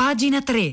Pagina 3.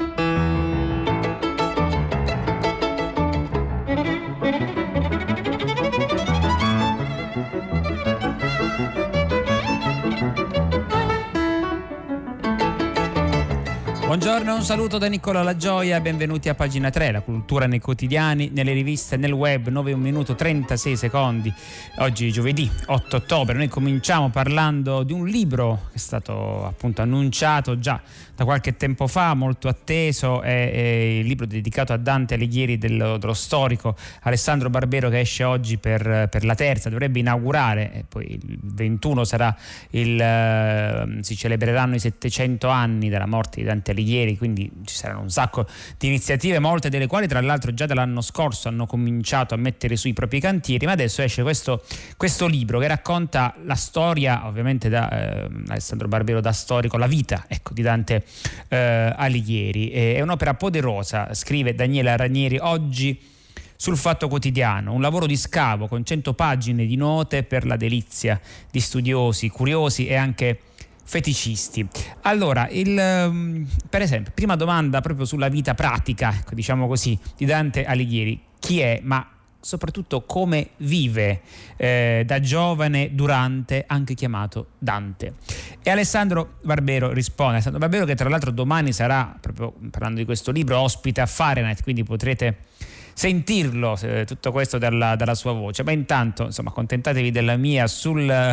Buongiorno, un saluto da Nicola La Gioia, benvenuti a Pagina 3, la cultura nei quotidiani, nelle riviste, nel web, 9 minuto 36 secondi. Oggi giovedì 8 ottobre, noi cominciamo parlando di un libro che è stato appunto annunciato già da qualche tempo fa, molto atteso, è il libro dedicato a Dante Alighieri dello storico Alessandro Barbero, che esce oggi per la terza, dovrebbe inaugurare, e poi il 21 sarà si celebreranno i 700 anni dalla morte di Dante Alighieri, quindi ci saranno un sacco di iniziative, molte delle quali tra l'altro già dall'anno scorso hanno cominciato a mettere sui propri cantieri, ma adesso esce questo libro che racconta la storia, ovviamente da Alessandro Barbero da storico, la vita di Dante Alighieri. È un'opera poderosa, scrive Daniela Ranieri oggi sul Fatto Quotidiano, un lavoro di scavo con 100 pagine di note per la delizia di studiosi, curiosi e anche feticisti. Allora, per esempio, prima domanda proprio sulla vita pratica, diciamo così, di Dante Alighieri. Chi è, ma soprattutto come vive da giovane Durante, anche chiamato Dante? E Alessandro Barbero risponde. Alessandro Barbero, che tra l'altro domani sarà, proprio parlando di questo libro, ospite a Fahrenheit, quindi potrete sentirlo tutto questo dalla sua voce. Ma intanto, insomma, accontentatevi della mia su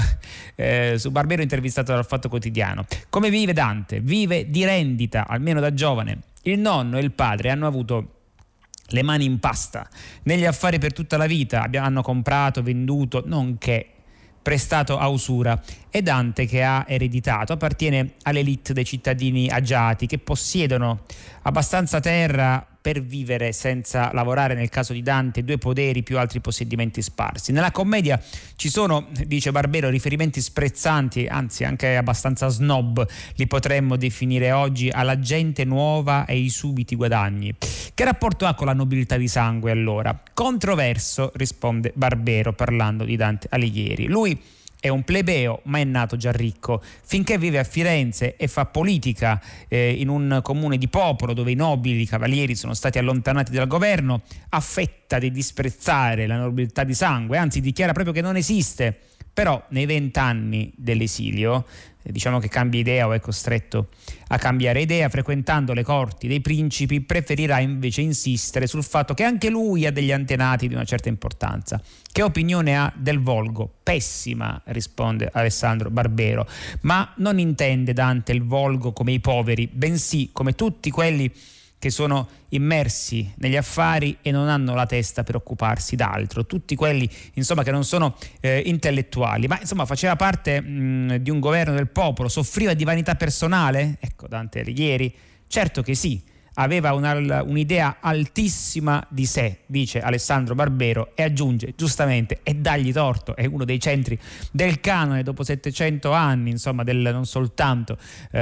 Barbero intervistato dal Fatto Quotidiano. Come vive Dante? Vive di rendita, almeno da giovane. Il nonno e il padre hanno avuto le mani in pasta negli affari per tutta la vita, hanno comprato, venduto, nonché prestato a usura, e Dante, che ha ereditato, appartiene all'elite dei cittadini agiati che possiedono abbastanza terra per vivere senza lavorare, nel caso di Dante 2 poderi più altri possedimenti sparsi. Nella commedia ci sono, dice Barbero, riferimenti sprezzanti, anzi anche abbastanza snob, li potremmo definire oggi, alla gente nuova e ai subiti guadagni. Che rapporto ha con la nobiltà di sangue allora? Controverso, risponde Barbero parlando di Dante Alighieri. Lui è un plebeo, ma è nato già ricco. Finché vive a Firenze e fa politica in un comune di popolo dove i nobili, i cavalieri sono stati allontanati dal governo, affetta di disprezzare la nobiltà di sangue, anzi dichiara proprio che non esiste. Però nei 20 anni dell'esilio, diciamo che cambia idea o è costretto a cambiare idea, frequentando le corti dei principi, preferirà invece insistere sul fatto che anche lui ha degli antenati di una certa importanza. Che opinione ha del volgo? Pessima, risponde Alessandro Barbero, ma non intende Dante il volgo come i poveri, bensì come tutti quelli che sono immersi negli affari e non hanno la testa per occuparsi d'altro, tutti quelli insomma che non sono intellettuali, ma insomma faceva parte di un governo del popolo, soffriva di vanità personale? Ecco, Dante Alighieri, certo che sì, aveva un'idea altissima di sé, dice Alessandro Barbero, e aggiunge giustamente, e dagli torto, è uno dei centri del canone dopo 700 anni, insomma, non soltanto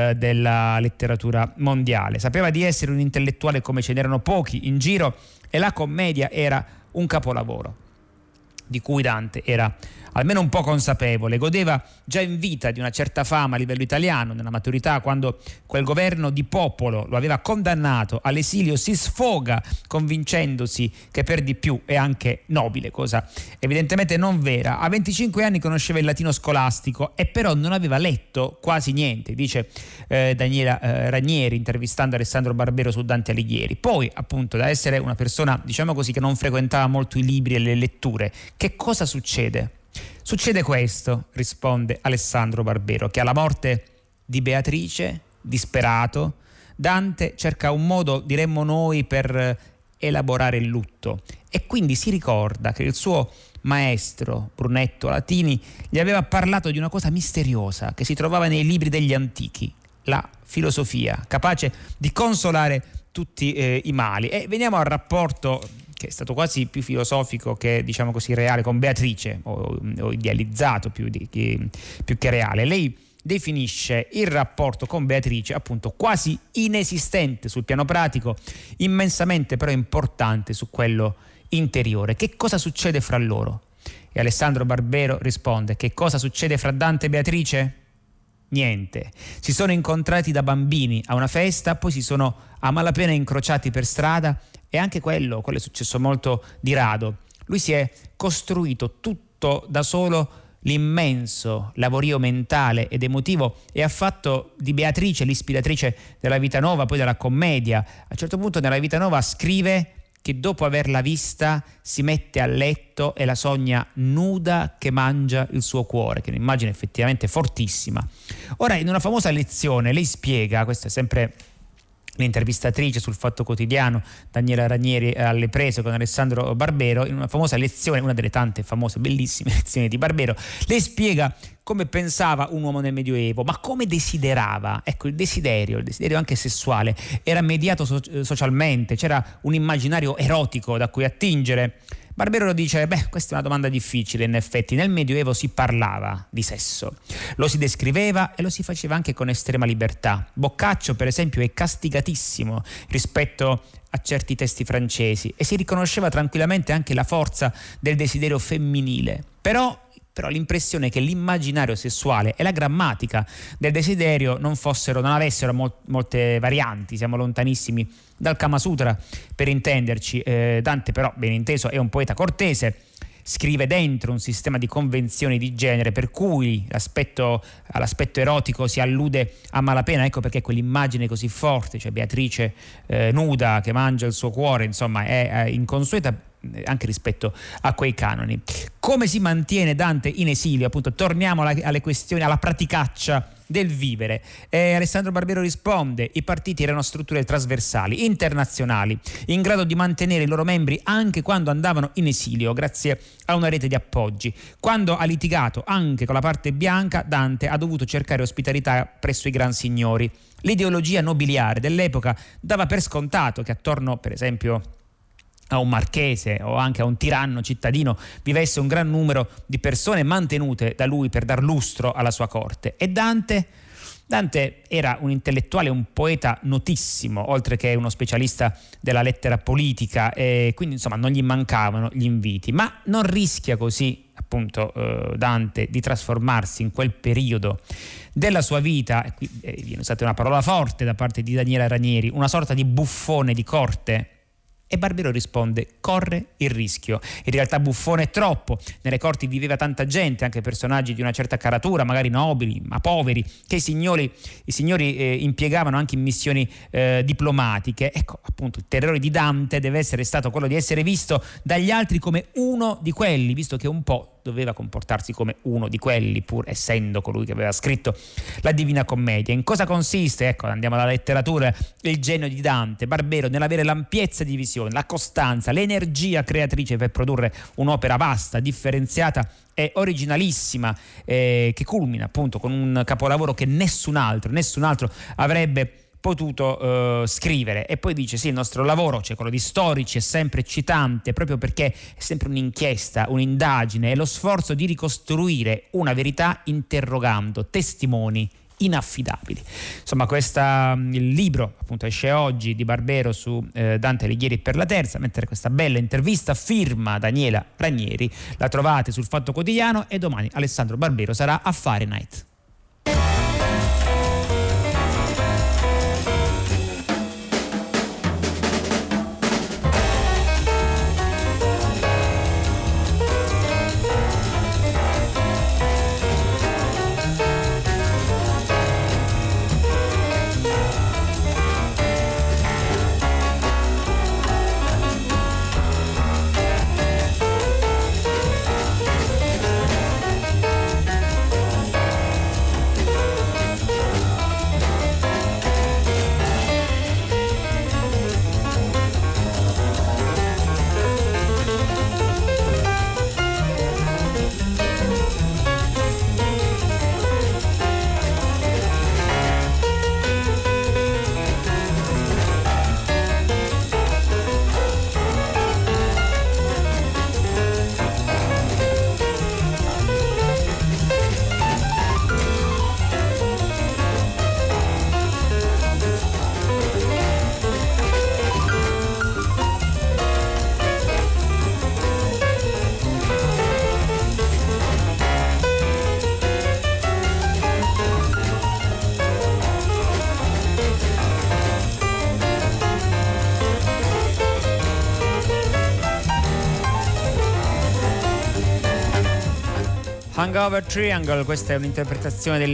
della letteratura mondiale. Sapeva di essere un intellettuale come ce n'erano pochi in giro, e la commedia era un capolavoro di cui Dante era almeno un po' consapevole. Godeva già in vita di una certa fama a livello italiano. Nella maturità, quando quel governo di popolo lo aveva condannato all'esilio, si sfoga convincendosi che per di più è anche nobile, cosa evidentemente non vera. A 25 anni conosceva il latino scolastico e però non aveva letto quasi niente, dice Daniela Ranieri intervistando Alessandro Barbero su Dante Alighieri. Poi, appunto, da essere una persona, diciamo così, che non frequentava molto i libri e le letture, che cosa succede? Succede questo, risponde Alessandro Barbero, che alla morte di Beatrice, disperato, Dante cerca un modo, diremmo noi, per elaborare il lutto, e quindi si ricorda che il suo maestro Brunetto Latini gli aveva parlato di una cosa misteriosa che si trovava nei libri degli antichi, la filosofia, capace di consolare tutti i mali. E veniamo al rapporto che è stato quasi più filosofico che, diciamo così, reale con Beatrice, o idealizzato più che reale. Lei definisce il rapporto con Beatrice appunto quasi inesistente sul piano pratico, immensamente però importante su quello interiore. Che cosa succede fra loro? E Alessandro Barbero risponde: che cosa succede fra Dante e Beatrice? Niente. Si sono incontrati da bambini a una festa, poi si sono a malapena incrociati per strada e anche quello è successo molto di rado. Lui si è costruito tutto da solo l'immenso lavorio mentale ed emotivo e ha fatto di Beatrice l'ispiratrice della Vita Nuova, poi della commedia. A un certo punto nella Vita Nuova scrive che dopo averla vista si mette a letto e la sogna nuda che mangia il suo cuore, che è un'immagine effettivamente fortissima. Ora, in una famosa lezione lei spiega, questa è sempre l'intervistatrice sul Fatto Quotidiano Daniela Ranieri alle prese con Alessandro Barbero, in una famosa lezione, una delle tante famose bellissime lezioni di Barbero, lei spiega come pensava un uomo nel Medioevo, ma come desiderava. Ecco, il desiderio anche sessuale era mediato socialmente, c'era un immaginario erotico da cui attingere. Barbero lo dice, questa è una domanda difficile, in effetti nel Medioevo si parlava di sesso, lo si descriveva e lo si faceva anche con estrema libertà. Boccaccio, per esempio, è castigatissimo rispetto a certi testi francesi e si riconosceva tranquillamente anche la forza del desiderio femminile. Però l'impressione è che l'immaginario sessuale e la grammatica del desiderio non avessero molte varianti. Siamo lontanissimi dal Kama Sutra, per intenderci. Dante però, ben inteso, è un poeta cortese, scrive dentro un sistema di convenzioni di genere per cui all'aspetto erotico si allude a malapena. Ecco perché quell'immagine così forte, cioè Beatrice nuda che mangia il suo cuore, insomma è inconsueta anche rispetto a quei canoni. Come si mantiene Dante in esilio? Appunto, torniamo alle questioni, alla praticaccia del vivere. Alessandro Barbero risponde: i partiti erano strutture trasversali, internazionali, in grado di mantenere i loro membri anche quando andavano in esilio, grazie a una rete di appoggi. Quando ha litigato anche con la parte bianca, Dante ha dovuto cercare ospitalità presso i gran signori. L'ideologia nobiliare dell'epoca dava per scontato che attorno, per esempio, a un marchese o anche a un tiranno cittadino vivesse un gran numero di persone mantenute da lui per dar lustro alla sua corte. E Dante era un intellettuale, un poeta notissimo, oltre che uno specialista della lettera politica, e quindi insomma non gli mancavano gli inviti. Ma non rischia così, appunto, Dante di trasformarsi in quel periodo della sua vita, e qui viene usata una parola forte da parte di Daniela Ranieri, una sorta di buffone di corte? E Barbero risponde: corre il rischio. In realtà buffone è troppo. Nelle corti viveva tanta gente, anche personaggi di una certa caratura, magari nobili ma poveri, che i signori impiegavano anche in missioni diplomatiche. Ecco, appunto, il terrore di Dante deve essere stato quello di essere visto dagli altri come uno di quelli, visto che un po' doveva comportarsi come uno di quelli, pur essendo colui che aveva scritto la Divina Commedia. In cosa consiste? Ecco, andiamo alla letteratura. Il genio di Dante, Barbero, nell'avere l'ampiezza di visione, la costanza, l'energia creatrice per produrre un'opera vasta, differenziata e originalissima, che culmina appunto con un capolavoro che nessun altro avrebbe potuto scrivere. E poi dice: sì, il nostro lavoro, cioè quello di storici, è sempre eccitante proprio perché è sempre un'inchiesta, un'indagine, è lo sforzo di ricostruire una verità interrogando testimoni inaffidabili. Insomma, il libro appunto esce oggi di Barbero su Dante Alighieri per la Terza, mentre questa bella intervista firma Daniela Ranieri la trovate sul Fatto Quotidiano, e domani Alessandro Barbero sarà a Fahrenheit. Hangover Triangle, questa è un'interpretazione del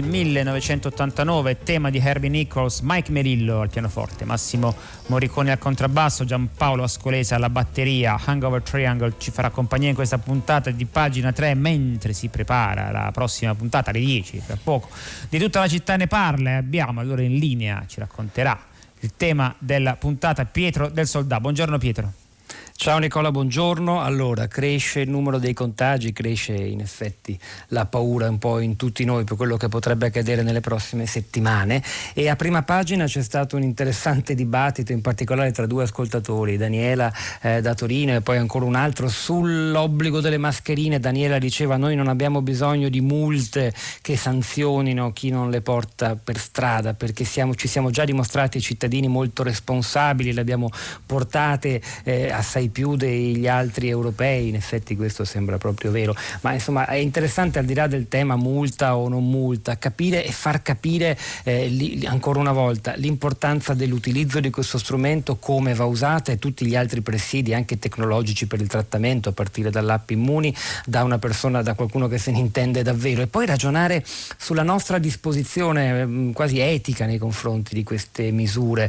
1989, tema di Herbie Nichols, Mike Merillo al pianoforte, Massimo Morricone al contrabbasso, Giampaolo Ascolese alla batteria. Hangover Triangle ci farà compagnia in questa puntata di Pagina 3 mentre si prepara la prossima puntata alle 10, tra poco. Di tutta la città ne parla e abbiamo allora in linea, ci racconterà il tema della puntata Pietro del Soldà. Buongiorno Pietro. Ciao Nicola, buongiorno. Allora, cresce il numero dei contagi, cresce in effetti la paura un po' in tutti noi per quello che potrebbe accadere nelle prossime settimane, e a Prima Pagina c'è stato un interessante dibattito, in particolare tra due ascoltatori, Daniela da Torino e poi ancora un altro, sull'obbligo delle mascherine. Daniela diceva: noi non abbiamo bisogno di multe che sanzionino chi non le porta per strada, perché ci siamo già dimostrati cittadini molto responsabili, le abbiamo portate assai più degli altri europei. In effetti questo sembra proprio vero, ma insomma è interessante, al di là del tema multa o non multa, capire e far capire ancora una volta l'importanza dell'utilizzo di questo strumento, come va usata, e tutti gli altri presidi anche tecnologici per il trattamento, a partire dall'app Immuni, da una persona, da qualcuno che se ne intende davvero, e poi ragionare sulla nostra disposizione quasi etica nei confronti di queste misure.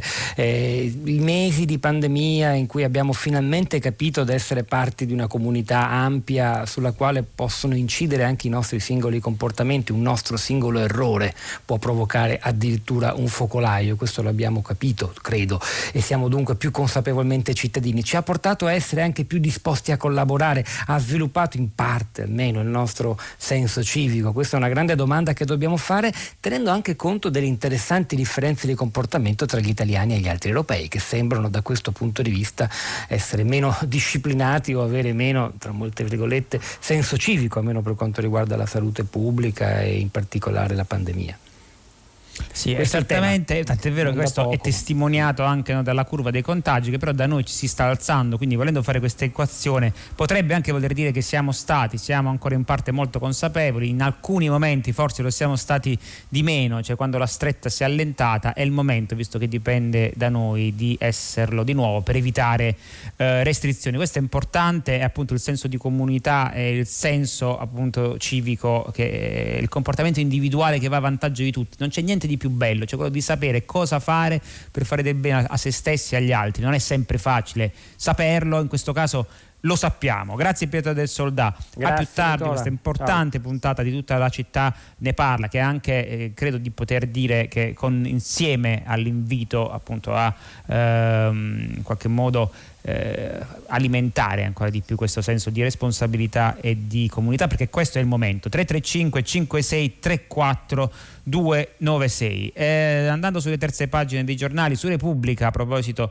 I mesi di pandemia in cui abbiamo finalmente capito di essere parte di una comunità ampia sulla quale possono incidere anche i nostri singoli comportamenti, un nostro singolo errore può provocare addirittura un focolaio, questo l'abbiamo capito, credo, e siamo dunque più consapevolmente cittadini. Ci ha portato a essere anche più disposti a collaborare, ha sviluppato in parte almeno il nostro senso civico. Questa è una grande domanda che dobbiamo fare, tenendo anche conto delle interessanti differenze di comportamento tra gli italiani e gli altri europei, che sembrano da questo punto di vista essere meno disciplinati o avere meno, tra molte virgolette, senso civico, almeno per quanto riguarda la salute pubblica e in particolare la pandemia. Sì, esattamente, tant'è vero che questo è testimoniato anche dalla curva dei contagi, che però da noi ci si sta alzando, quindi volendo fare questa equazione potrebbe anche voler dire che siamo ancora in parte molto consapevoli, in alcuni momenti forse lo siamo stati di meno, cioè quando la stretta si è allentata è il momento, visto che dipende da noi, di esserlo di nuovo per evitare restrizioni. Questo è importante, è appunto il senso di comunità e il senso appunto civico, che è il comportamento individuale che va a vantaggio di tutti. Non c'è niente di più bello, cioè quello di sapere cosa fare per fare del bene a se stessi e agli altri. Non è sempre facile saperlo, in questo caso lo sappiamo. Grazie Pietro del Soldà. Grazie, a più tardi, Nicola. questa importante puntata di Tutta la città ne parla, che anche credo di poter dire che insieme all'invito appunto a in qualche modo alimentare ancora di più questo senso di responsabilità e di comunità, perché questo è il momento. 335 56 34 296. Andando sulle terze pagine dei giornali, su Repubblica, a proposito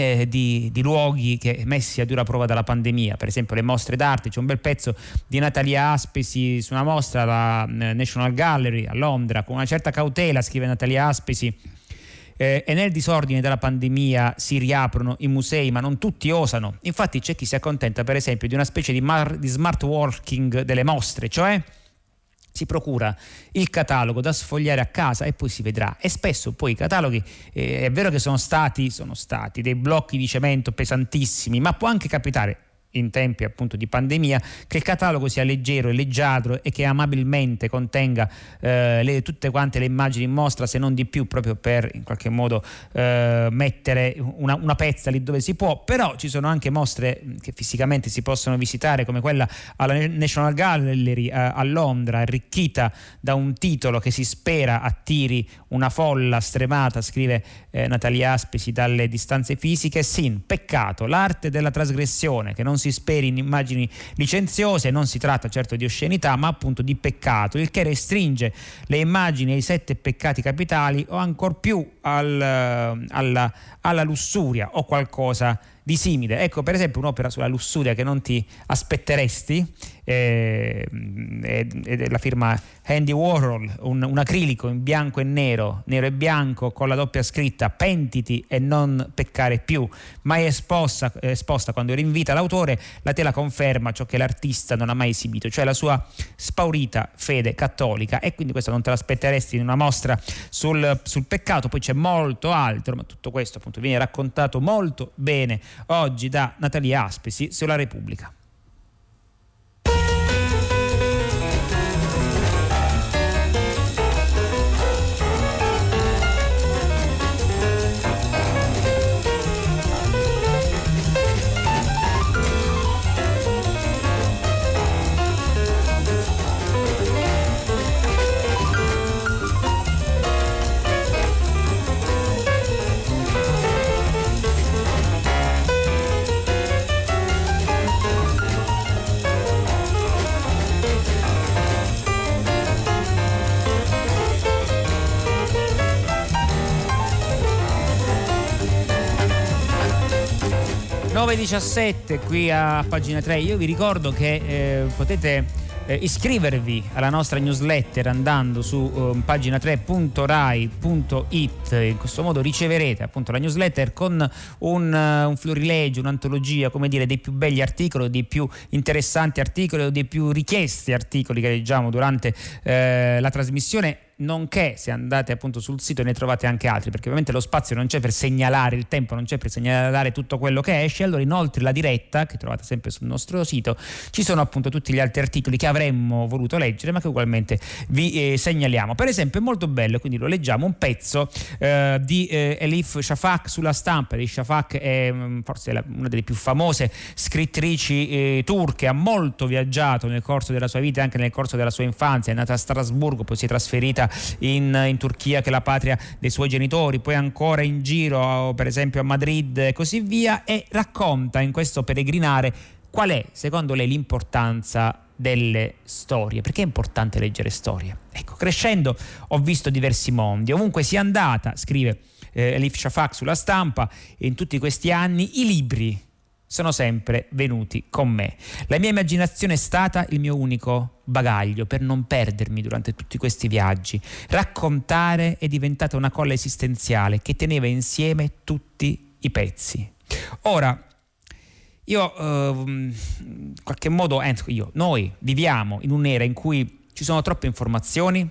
di luoghi che messi a dura prova dalla pandemia, per esempio le mostre d'arte, c'è un bel pezzo di Natalia Aspesi su una mostra alla National Gallery a Londra. Con una certa cautela, scrive Natalia Aspesi, e nel disordine della pandemia si riaprono i musei, ma non tutti osano. Infatti c'è chi si accontenta per esempio di una specie di smart working delle mostre, cioè si procura il catalogo da sfogliare a casa e poi si vedrà. E spesso poi i cataloghi è vero che sono stati dei blocchi di cemento pesantissimi, ma può anche capitare in tempi appunto di pandemia che il catalogo sia leggero e leggiadro e che amabilmente contenga tutte quante le immagini in mostra, se non di più, proprio per in qualche modo mettere una pezza lì dove si può. Però ci sono anche mostre che fisicamente si possono visitare, come quella alla National Gallery a Londra, arricchita da un titolo che si spera attiri una folla stremata, scrive Natalia Aspesi, dalle distanze fisiche. Sin, peccato, l'arte della trasgressione, che non si speri in immagini licenziose. Non si tratta certo di oscenità, ma appunto di peccato, il che restringe le immagini ai 7 peccati capitali o ancor più alla lussuria o qualcosa di simile. Ecco, per esempio, un'opera sulla lussuria che non ti aspetteresti è la firma Andy Warhol, un acrilico in bianco e nero e bianco, con la doppia scritta "pentiti e non peccare più", mai esposta quando rinvita l'autore. La tela conferma ciò che l'artista non ha mai esibito, cioè la sua spaurita fede cattolica, e quindi questo non te l'aspetteresti in una mostra sul peccato. Poi c'è molto altro, ma tutto questo appunto viene raccontato molto bene oggi da Natalia Aspesi sulla Repubblica. 9:17 qui a pagina 3. Io vi ricordo che potete iscrivervi alla nostra newsletter andando su pagina3.rai.it. In questo modo riceverete appunto la newsletter con un florilegio, un'antologia, come dire, dei più belli articoli, dei più interessanti articoli o dei più richiesti articoli che leggiamo durante la trasmissione, nonché se andate appunto sul sito ne trovate anche altri, perché ovviamente lo spazio non c'è per segnalare, il tempo non c'è per segnalare tutto quello che esce. Allora, inoltre la diretta che trovate sempre sul nostro sito, ci sono appunto tutti gli altri articoli che avremmo voluto leggere ma che ugualmente vi segnaliamo. Per esempio è molto bello, quindi lo leggiamo, un pezzo di Elif Shafak sulla Stampa. Elif Shafak è forse una delle più famose scrittrici turche, ha molto viaggiato nel corso della sua vita, anche nel corso della sua infanzia. È nata a Strasburgo, poi si è trasferita in Turchia, che è la patria dei suoi genitori, poi ancora in giro per esempio a Madrid e così via, e racconta in questo peregrinare qual è secondo lei l'importanza delle storie. Perché è importante leggere storie? Ecco, crescendo ho visto diversi mondi, ovunque sia andata, scrive Elif Shafak sulla Stampa, in tutti questi anni i libri sono sempre venuti con me. La mia immaginazione è stata il mio unico bagaglio per non perdermi durante tutti questi viaggi. Raccontare è diventata una colla esistenziale che teneva insieme tutti i pezzi. Ora, io in qualche modo, noi viviamo in un'era in cui ci sono troppe informazioni,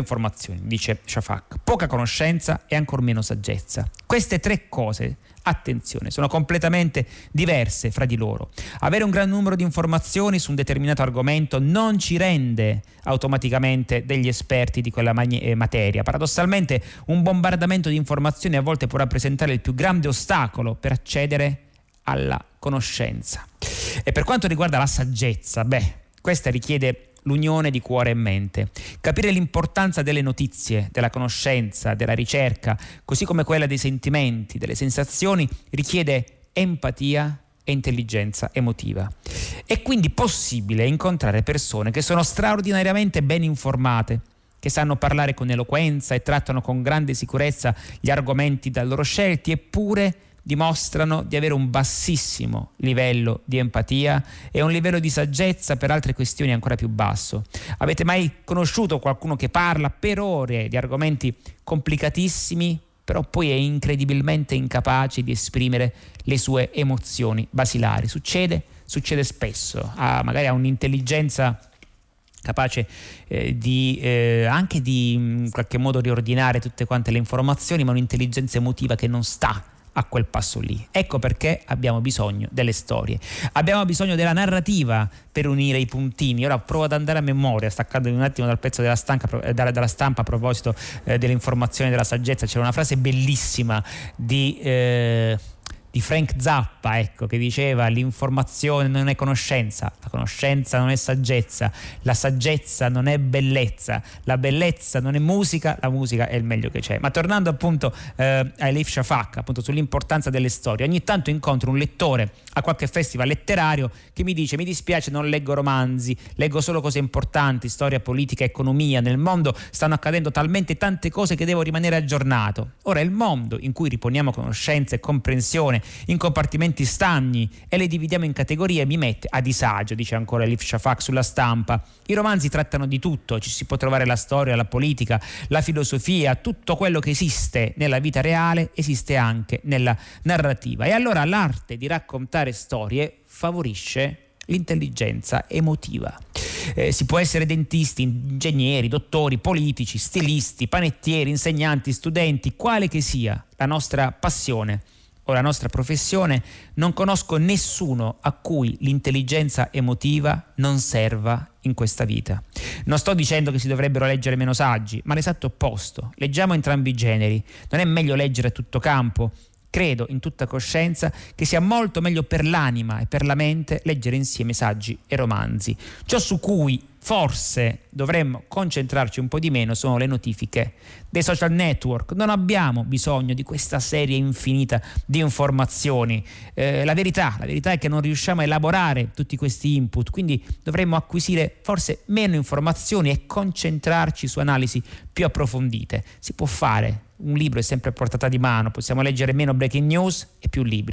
dice Shafak, poca conoscenza e ancor meno saggezza. Queste tre cose, attenzione, sono completamente diverse fra di loro. Avere un gran numero di informazioni su un determinato argomento non ci rende automaticamente degli esperti di quella materia. Paradossalmente, un bombardamento di informazioni a volte può rappresentare il più grande ostacolo per accedere alla conoscenza. E per quanto riguarda la saggezza, questa richiede l'unione di cuore e mente. Capire l'importanza delle notizie, della conoscenza, della ricerca, così come quella dei sentimenti, delle sensazioni, richiede empatia e intelligenza emotiva. È quindi possibile incontrare persone che sono straordinariamente ben informate, che sanno parlare con eloquenza e trattano con grande sicurezza gli argomenti da loro scelti, eppure dimostrano di avere un bassissimo livello di empatia e un livello di saggezza per altre questioni ancora più basso. Avete mai conosciuto qualcuno che parla per ore di argomenti complicatissimi, però poi è incredibilmente incapace di esprimere le sue emozioni basilari? Succede spesso, magari ha un'intelligenza capace anche di in qualche modo riordinare tutte quante le informazioni, ma un'intelligenza emotiva che non sta a quel passo lì. Ecco perché abbiamo bisogno delle storie, abbiamo bisogno della narrativa per unire i puntini. Ora provo ad andare a memoria, staccandomi un attimo dal pezzo della Stampa a proposito delle informazioni, della saggezza. C'era una frase bellissima di Frank Zappa, ecco, che diceva: l'informazione non è conoscenza, la conoscenza non è saggezza, la saggezza non è bellezza, la bellezza non è musica, la musica è il meglio che c'è. Ma tornando appunto a Elif Shafak, appunto sull'importanza delle storie, ogni tanto incontro un lettore a qualche festival letterario che mi dice: mi dispiace, non leggo romanzi, leggo solo cose importanti, storia, politica, economia. Nel mondo stanno accadendo talmente tante cose che devo rimanere aggiornato. Ora, il mondo in cui riponiamo conoscenza e comprensione in compartimenti stagni e le dividiamo in categorie mi mette a disagio, dice ancora Elif Shafak sulla Stampa. I romanzi trattano di tutto, ci si può trovare la storia, la politica, la filosofia, tutto quello che esiste nella vita reale esiste anche nella narrativa. E allora l'arte di raccontare storie favorisce l'intelligenza emotiva. Si può essere dentisti, ingegneri, dottori, politici, stilisti, panettieri, insegnanti, studenti, quale che sia la nostra passione o la nostra professione, non conosco nessuno a cui l'intelligenza emotiva non serva in questa vita. Non sto dicendo che si dovrebbero leggere meno saggi, ma l'esatto opposto. Leggiamo entrambi i generi. Non è meglio leggere a tutto campo? Credo in tutta coscienza che sia molto meglio per l'anima e per la mente leggere insieme saggi e romanzi. Ciò su cui forse dovremmo concentrarci un po' di meno sono le notifiche dei social network. Non abbiamo bisogno di questa serie infinita di informazioni. La verità è che non riusciamo a elaborare tutti questi input, quindi dovremmo acquisire forse meno informazioni e concentrarci su analisi più approfondite. Si può fare, un libro è sempre a portata di mano, possiamo leggere meno breaking news e più libri.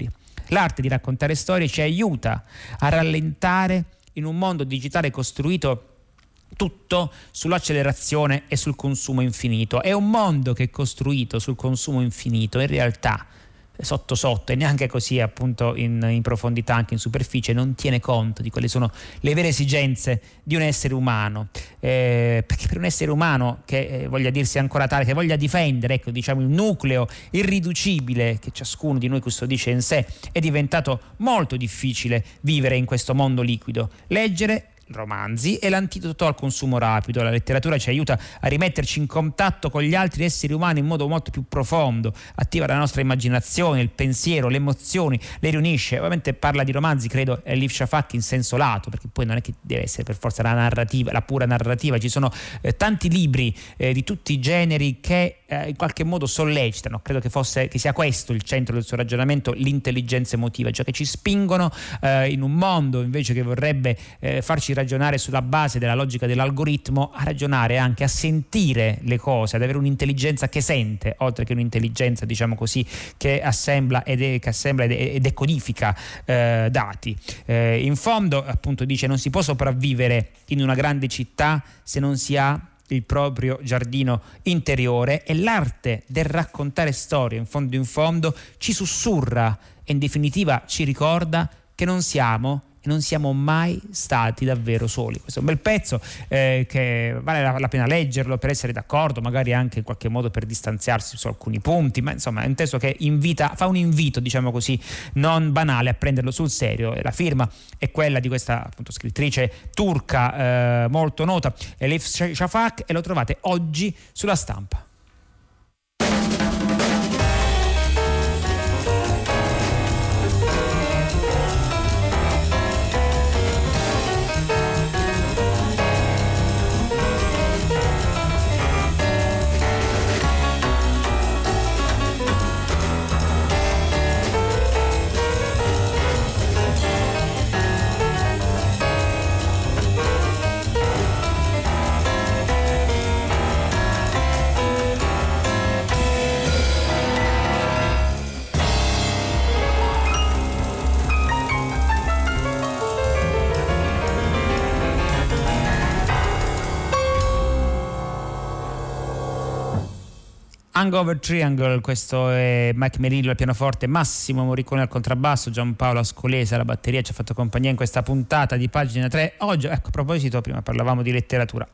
L'arte di raccontare storie ci aiuta a rallentare in un mondo digitale costruito tutto sull'accelerazione e sul consumo infinito. È un mondo che è costruito sul consumo infinito, in realtà sotto sotto e neanche così appunto in profondità, anche in superficie, non tiene conto di quali sono le vere esigenze di un essere umano, perché per un essere umano che voglia dirsi ancora tale, che voglia difendere, ecco, diciamo, il nucleo irriducibile che ciascuno di noi custodisce in sé, è diventato molto difficile vivere in questo mondo liquido. Leggere romanzi è l'antidoto al consumo rapido. La letteratura ci aiuta a rimetterci in contatto con gli altri esseri umani in modo molto più profondo, attiva la nostra immaginazione, il pensiero, le emozioni, le riunisce. Ovviamente parla di romanzi, credo, Elif Shafak in senso lato, perché poi non è che deve essere per forza la narrativa, la pura narrativa. Ci sono tanti libri di tutti i generi che in qualche modo sollecitano, credo che sia questo il centro del suo ragionamento, l'intelligenza emotiva, cioè che ci spingono in un mondo invece che vorrebbe farci ragionare sulla base della logica dell'algoritmo, a ragionare anche, a sentire le cose, ad avere un'intelligenza che sente, oltre che un'intelligenza, diciamo così, che assembla e decodifica dati. In fondo, appunto, dice: non si può sopravvivere in una grande città se non si ha il proprio giardino interiore, e l'arte del raccontare storie in fondo ci sussurra e in definitiva ci ricorda che non siamo mai stati davvero soli. Questo è un bel pezzo che vale la pena leggerlo per essere d'accordo, magari anche in qualche modo per distanziarsi su alcuni punti, ma insomma è un testo che fa un invito, diciamo così, non banale, a prenderlo sul serio. E la firma è quella di questa, appunto, scrittrice turca molto nota, Elif Shafak, e lo trovate oggi sulla Stampa. Hangover Triangle, questo è Mike Merillo al pianoforte, Massimo Morricone al contrabbasso, Giampaolo Ascolese alla batteria, ci ha fatto compagnia in questa puntata di Pagina 3. Oggi, ecco, a proposito, prima parlavamo di letteratura,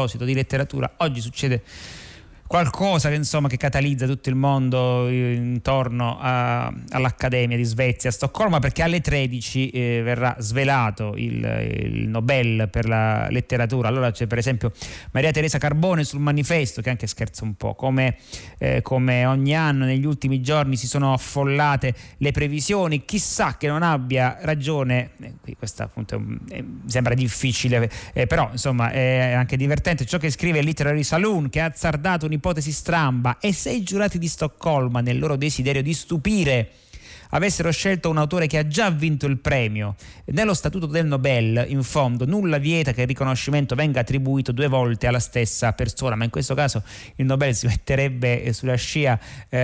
oggi succede qualcosa che, insomma, che catalizza tutto il mondo intorno all'Accademia di Svezia a Stoccolma, perché alle 13 verrà svelato il Nobel per la letteratura. Allora c'è per esempio Maria Teresa Carbone sul Manifesto, che anche scherza un po', come ogni anno negli ultimi giorni si sono affollate le previsioni, chissà che non abbia ragione, qui questa appunto mi sembra difficile, però insomma è anche divertente ciò che scrive il Literary Saloon, che ha azzardato un'ipotesi stramba: e se i giurati di Stoccolma, nel loro desiderio di stupire, avessero scelto un autore che ha già vinto il premio? Nello statuto del Nobel, in fondo, nulla vieta che il riconoscimento venga attribuito 2 volte alla stessa persona, ma in questo caso il Nobel si metterebbe sulla scia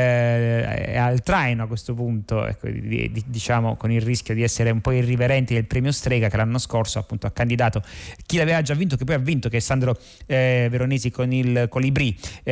al traino a questo punto, ecco, diciamo, con il rischio di essere un po' irriverenti del premio Strega, che l'anno scorso appunto ha candidato chi l'aveva già vinto, che poi ha vinto, che è Sandro Veronesi con il Colibrì.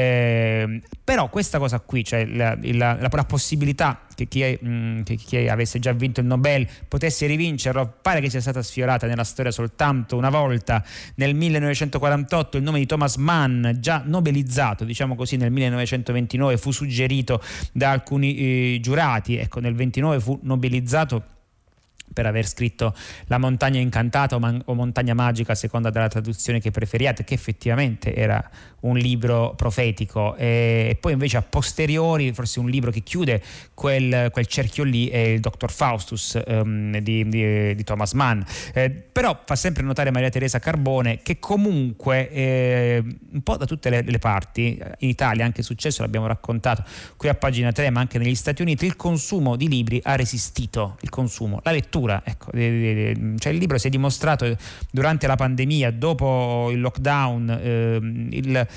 Però questa cosa qui, cioè la possibilità che chi avesse già vinto il Nobel potesse rivincerlo, pare che sia stata sfiorata nella storia soltanto una volta. Nel 1948 il nome di Thomas Mann, già nobelizzato, diciamo così, nel 1929 fu suggerito da alcuni giurati. Ecco, nel 29 fu nobelizzato per aver scritto La montagna incantata o Montagna magica, a seconda della traduzione che preferiate, che effettivamente era un libro profetico, e poi invece a posteriori forse un libro che chiude quel cerchio lì è il Dr. Faustus di Thomas Mann. Però fa sempre notare Maria Teresa Carbone che comunque un po' da tutte le parti, in Italia anche è successo, l'abbiamo raccontato qui a Pagina 3, ma anche negli Stati Uniti, il consumo di libri ha resistito, la lettura letteratura, ecco, cioè il libro si è dimostrato durante la pandemia, dopo il lockdown,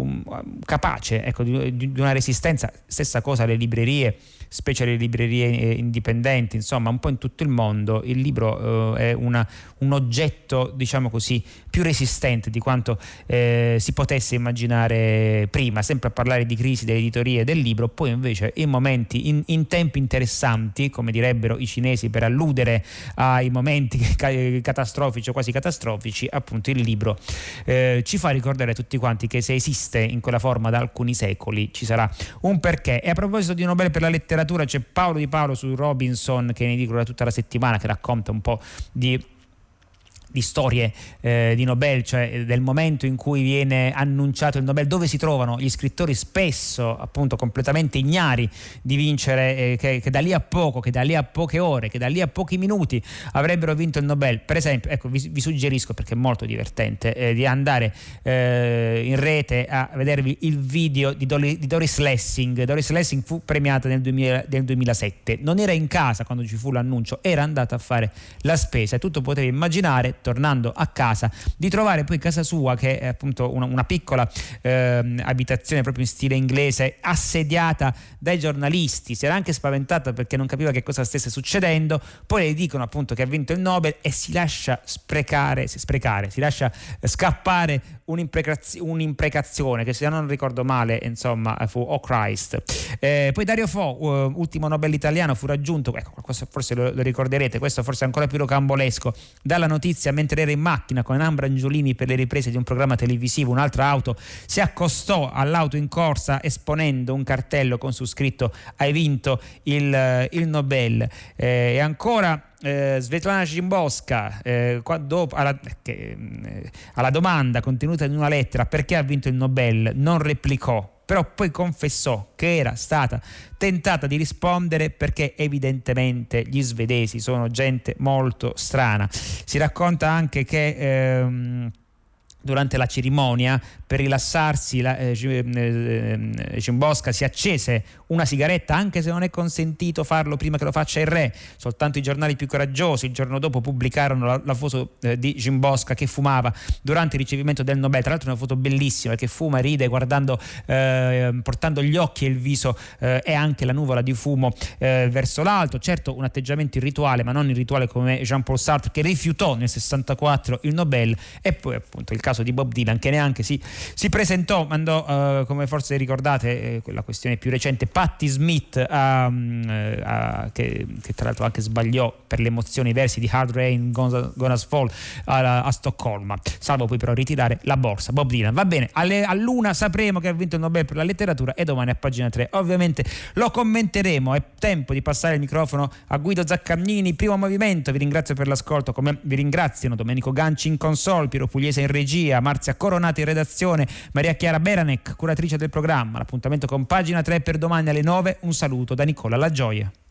capace, ecco, di una resistenza. Stessa cosa alle librerie, specie le librerie indipendenti, insomma un po' in tutto il mondo il libro è un oggetto, diciamo così, più resistente di quanto si potesse immaginare prima. Sempre a parlare di crisi delle editorie del libro, poi invece in momenti, in tempi interessanti, come direbbero i cinesi per alludere ai momenti catastrofici o quasi catastrofici, appunto il libro ci fa ricordare tutti quanti che se esiste in quella forma da alcuni secoli ci sarà un perché. E a proposito di Nobel per la letteratura, c'è Paolo Di Paolo su Robinson, che ne dico tutta la settimana, che racconta un po' di storie di Nobel, cioè del momento in cui viene annunciato il Nobel, dove si trovano gli scrittori spesso appunto completamente ignari di vincere, che da lì a poco, che da lì a poche ore, che da lì a pochi minuti avrebbero vinto il Nobel. Per esempio, ecco, vi suggerisco, perché è molto divertente, di andare in rete a vedervi il video di Doris Lessing. Doris Lessing fu premiata nel 2007, non era in casa quando ci fu l'annuncio, era andata a fare la spesa e tutto potevi immaginare, tornando a casa, di trovare poi casa sua, che è appunto una piccola abitazione proprio in stile inglese, assediata dai giornalisti. Si era anche spaventata perché non capiva che cosa stesse succedendo. Poi le dicono appunto che ha vinto il Nobel e si lascia si lascia scappare un'imprecazione che, se non ricordo male, insomma, fu "Oh Christ". Poi Dario Fo, ultimo Nobel italiano, fu raggiunto, ecco, questo forse lo ricorderete, questo forse è ancora più rocambolesco, dalla notizia mentre era in macchina con Ambra Angiolini per le riprese di un programma televisivo. Un'altra auto si accostò all'auto in corsa esponendo un cartello con su scritto "Hai vinto il Nobel". E ancora Svetlana Szymborska, alla domanda contenuta in una lettera perché ha vinto il Nobel, non replicò, però poi confessò che era stata tentata di rispondere perché evidentemente gli svedesi sono gente molto strana. Si racconta anche che durante la cerimonia, per rilassarsi, Szymborska si accese una sigaretta, anche se non è consentito farlo prima che lo faccia il re. Soltanto i giornali più coraggiosi il giorno dopo pubblicarono la foto di Szymborska che fumava durante il ricevimento del Nobel. Tra l'altro una foto bellissima, perché fuma e ride guardando, portando gli occhi e il viso e anche la nuvola di fumo verso l'alto. Certo, un atteggiamento irrituale, ma non irrituale come Jean-Paul Sartre, che rifiutò nel 64 il Nobel. E poi appunto il caso di Bob Dylan, che neanche si presentò, mandò, come forse ricordate, quella questione più recente, Patti Smith, che tra l'altro anche sbagliò per le emozioni i versi di Hard Rain Gonna Fall a Stoccolma, salvo poi però ritirare la borsa. Bob Dylan. Va bene, all'una sapremo che ha vinto il Nobel per la letteratura e domani a pagina 3 ovviamente lo commenteremo. È tempo di passare il microfono a Guido Zaccagnini, Primo Movimento. Vi ringrazio per l'ascolto, come vi ringraziano Domenico Ganci in console, Piero Pugliese in regia, Marzia Coronati in redazione, Maria Chiara Beranec, curatrice del programma. L'appuntamento con pagina 3 per domani alle 9. Un saluto da Nicola La Gioia.